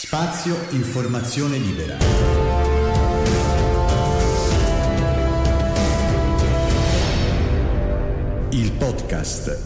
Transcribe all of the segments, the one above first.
Spazio Informazione Libera. Il podcast.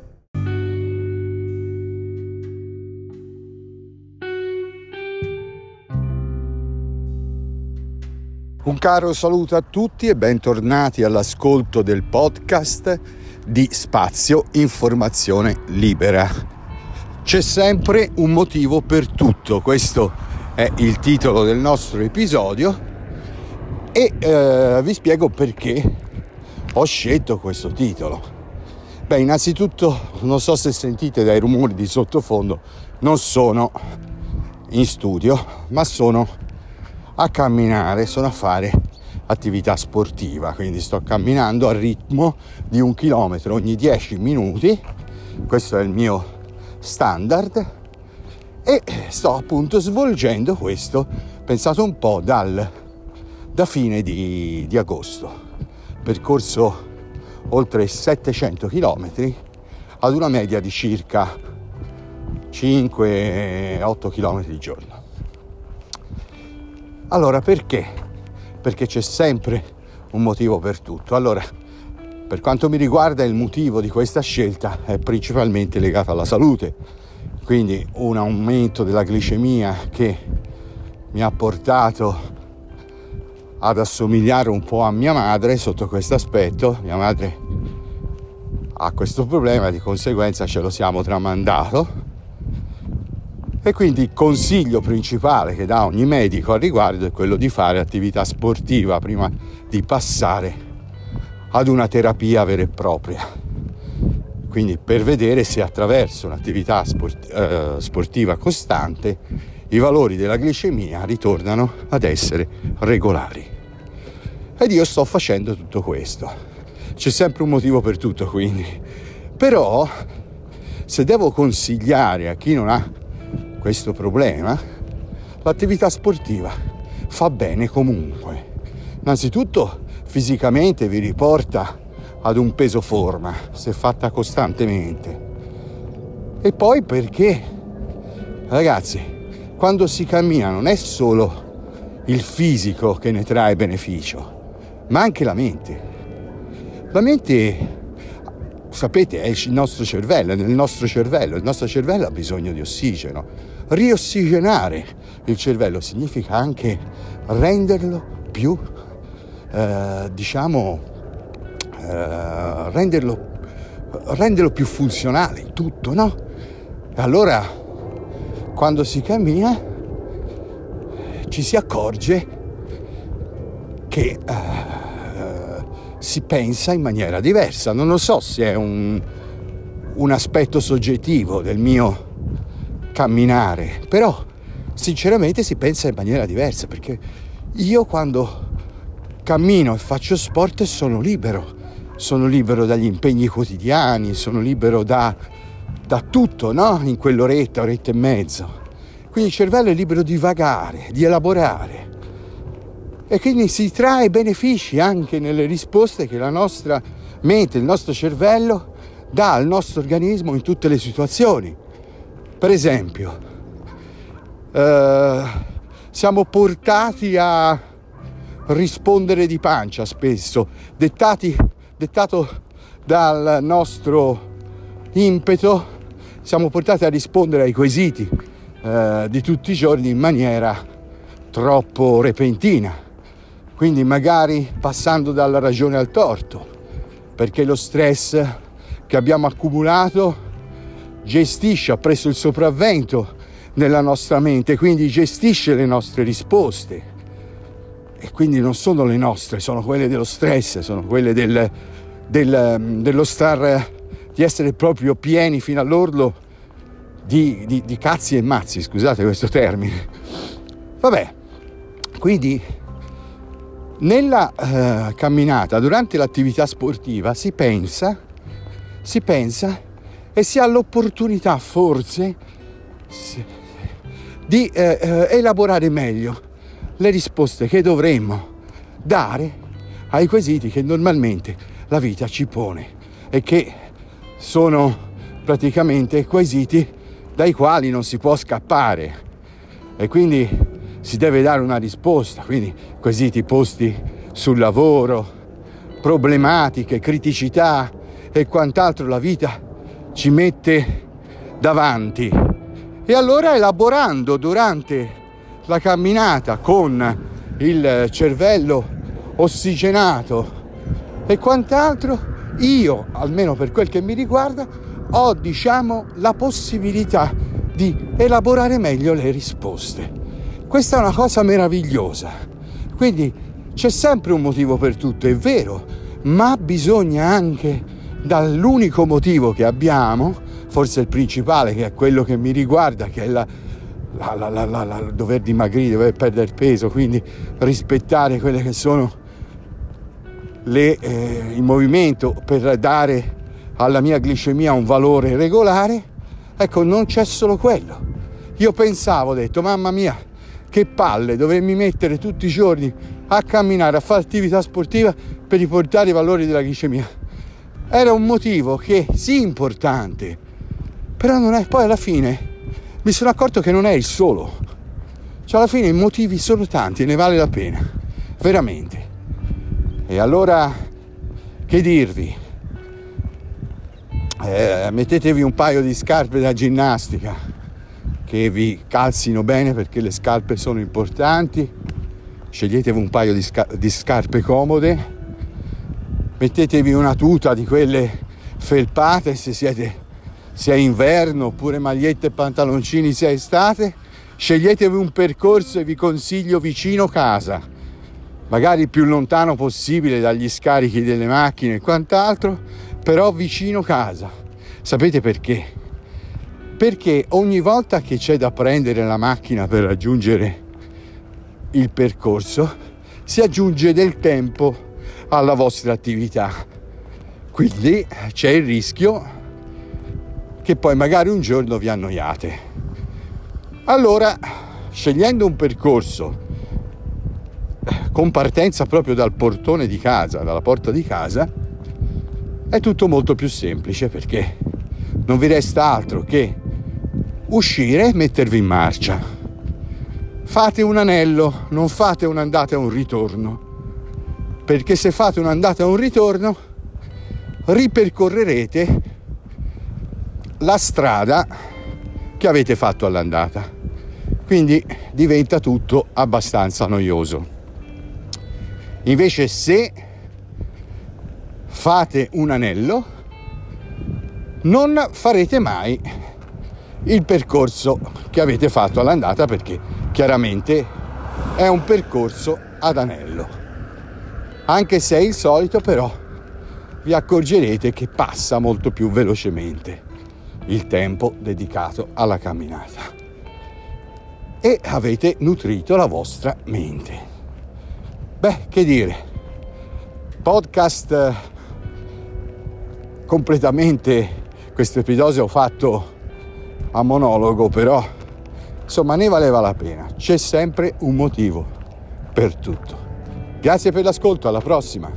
Un caro saluto a tutti e bentornati all'ascolto del podcast di Spazio Informazione Libera. C'è sempre un motivo per tutto, questo è il titolo del nostro episodio e vi spiego perché ho scelto questo titolo. Beh, innanzitutto non so se sentite dai rumori di sottofondo, non sono in studio, ma sono a camminare, sono a fare attività sportiva, quindi sto camminando al ritmo di 1 chilometro ogni 10 minuti, questo è il mio standard, e sto appunto svolgendo questo, pensate un po', da fine di agosto, percorso oltre 700 km ad una media di circa 5-8 km al giorno. Allora, perché? Perché c'è sempre un motivo per tutto. Allora, per quanto mi riguarda, il motivo di questa scelta è principalmente legato alla salute, quindi un aumento della glicemia che mi ha portato ad assomigliare un po' a mia madre sotto questo aspetto. Mia madre ha questo problema, di conseguenza ce lo siamo tramandato, e quindi il consiglio principale che dà ogni medico al riguardo è quello di fare attività sportiva prima di passare ad una terapia vera e propria, quindi per vedere se attraverso un'attività sportiva costante i valori della glicemia ritornano ad essere regolari. Ed io sto facendo tutto questo. C'è sempre un motivo per tutto, quindi. Però se devo consigliare a chi non ha questo problema, l'attività sportiva fa bene comunque. Innanzitutto fisicamente vi riporta ad un peso forma se fatta costantemente, e poi perché, ragazzi, quando si cammina non è solo il fisico che ne trae beneficio, ma anche la mente. La mente, sapete, è il nostro cervello, è nel nostro cervello. Il nostro cervello ha bisogno di ossigeno. Riossiggenare il cervello significa anche renderlo più renderlo più funzionale in tutto, no? E allora, quando si cammina, ci si accorge che si pensa in maniera diversa. Non lo so se è un aspetto soggettivo del mio camminare, però sinceramente si pensa in maniera diversa, perché io quando cammino e faccio sport sono libero dagli impegni quotidiani, sono libero da tutto, no? In quell'oretta e mezzo. Quindi il cervello è libero di vagare, di elaborare, e quindi si trae benefici anche nelle risposte che la nostra mente, il nostro cervello dà al nostro organismo in tutte le situazioni. Per esempio, siamo portati a rispondere di pancia spesso, dettato dal nostro impeto, siamo portati a rispondere ai quesiti di tutti i giorni in maniera troppo repentina, quindi magari passando dalla ragione al torto, perché lo stress che abbiamo accumulato ha preso il sopravvento nella nostra mente, quindi gestisce le nostre risposte. E quindi non sono le nostre, sono quelle dello stress, sono quelle dello di essere proprio pieni fino all'orlo di cazzi e mazzi, scusate questo termine. Vabbè, quindi nella camminata, durante l'attività sportiva, si pensa e si ha l'opportunità forse di elaborare meglio le risposte che dovremmo dare ai quesiti che normalmente la vita ci pone e che sono praticamente quesiti dai quali non si può scappare. e quindi si deve dare una risposta, quindi quesiti posti sul lavoro, problematiche, criticità e quant'altro la vita ci mette davanti. E allora, elaborando durante la camminata con il cervello ossigenato e quant'altro, io, almeno per quel che mi riguarda, ho la possibilità di elaborare meglio le risposte. Questa è una cosa meravigliosa. Quindi c'è sempre un motivo per tutto, è vero, ma bisogna anche, dall'unico motivo che abbiamo, forse il principale, che è quello che mi riguarda, che è dover dimagrire, dover perdere peso, quindi rispettare quelle che sono il movimento per dare alla mia glicemia un valore regolare. Ecco, non c'è solo quello. Io pensavo, ho detto, mamma mia, che palle dovermi mettere tutti i giorni a camminare, a fare attività sportiva per riportare i valori della glicemia. Era un motivo che sì, importante, però non è. Poi alla fine mi sono accorto che non è il solo. Cioè, alla fine i motivi sono tanti e ne vale la pena, veramente. E allora, che dirvi? Mettetevi un paio di scarpe da ginnastica che vi calzino bene, perché le scarpe sono importanti. Sceglietevi un paio di scarpe comode, mettetevi una tuta di quelle felpate se è inverno, oppure magliette e pantaloncini se è estate. Sceglietevi un percorso, e vi consiglio vicino casa, magari il più lontano possibile dagli scarichi delle macchine e quant'altro, però vicino casa. Sapete perché? Perché ogni volta che c'è da prendere la macchina per raggiungere il percorso, si aggiunge del tempo alla vostra attività. Quindi c'è il rischio che poi magari un giorno vi annoiate. Allora, scegliendo un percorso con partenza proprio dal portone di casa, dalla porta di casa, è tutto molto più semplice, perché non vi resta altro che uscire e mettervi in marcia. Fate un anello, non fate un'andata e un ritorno, perché se fate un'andata e un ritorno ripercorrerete la strada che avete fatto all'andata, quindi diventa tutto abbastanza noioso. Invece, se fate un anello, non farete mai il percorso che avete fatto all'andata, perché chiaramente è un percorso ad anello. Anche se è il solito, però vi accorgerete che passa molto più velocemente il tempo dedicato alla camminata e avete nutrito la vostra mente. Beh, che dire, podcast completamente, questo episodio ho fatto a monologo, però insomma ne valeva la pena. C'è sempre un motivo per tutto. Grazie per l'ascolto, alla prossima.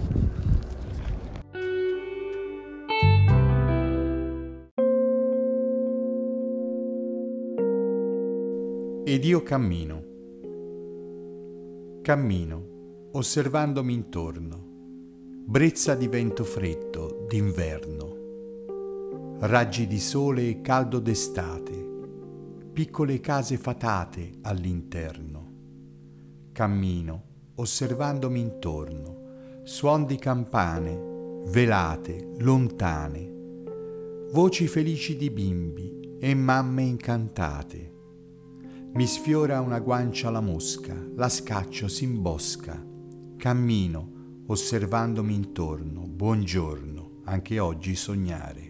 Ed io cammino, osservandomi intorno, brezza di vento freddo d'inverno, raggi di sole e caldo d'estate, piccole case fatate all'interno. Cammino, osservandomi intorno, suon di campane, velate, lontane, voci felici di bimbi e mamme incantate. Mi sfiora una guancia la mosca, la scaccio s'imbosca. Cammino, osservandomi intorno, buongiorno, anche oggi sognare.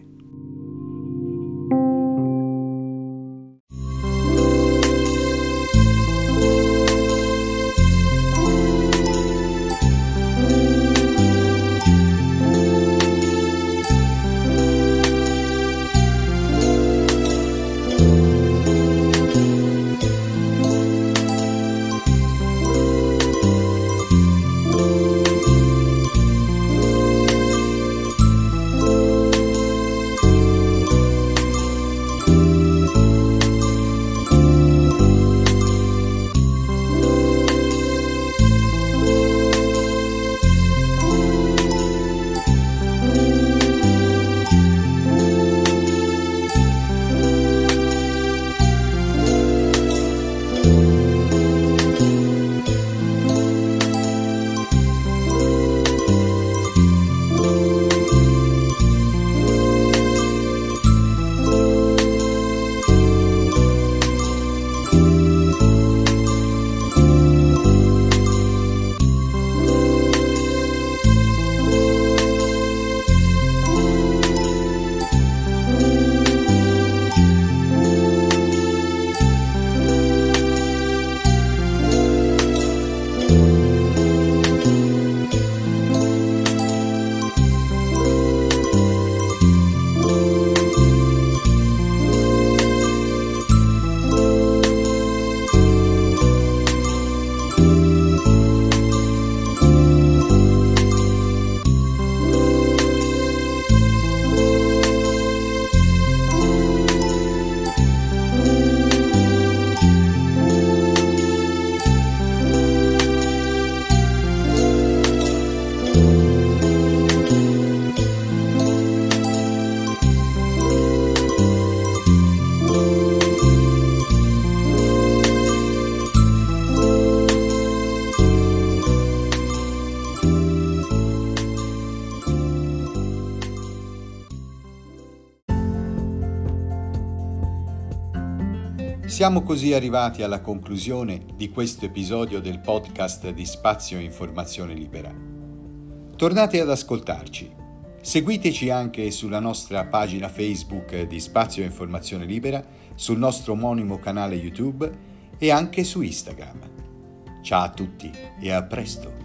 Siamo così arrivati alla conclusione di questo episodio del podcast di Spazio Informazione Libera. Tornate ad ascoltarci. Seguiteci anche sulla nostra pagina Facebook di Spazio Informazione Libera, sul nostro omonimo canale YouTube e anche su Instagram. Ciao a tutti e a presto!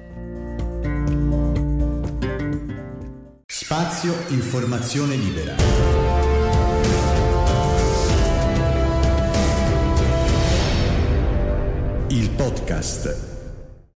Spazio Informazione Libera. Il podcast.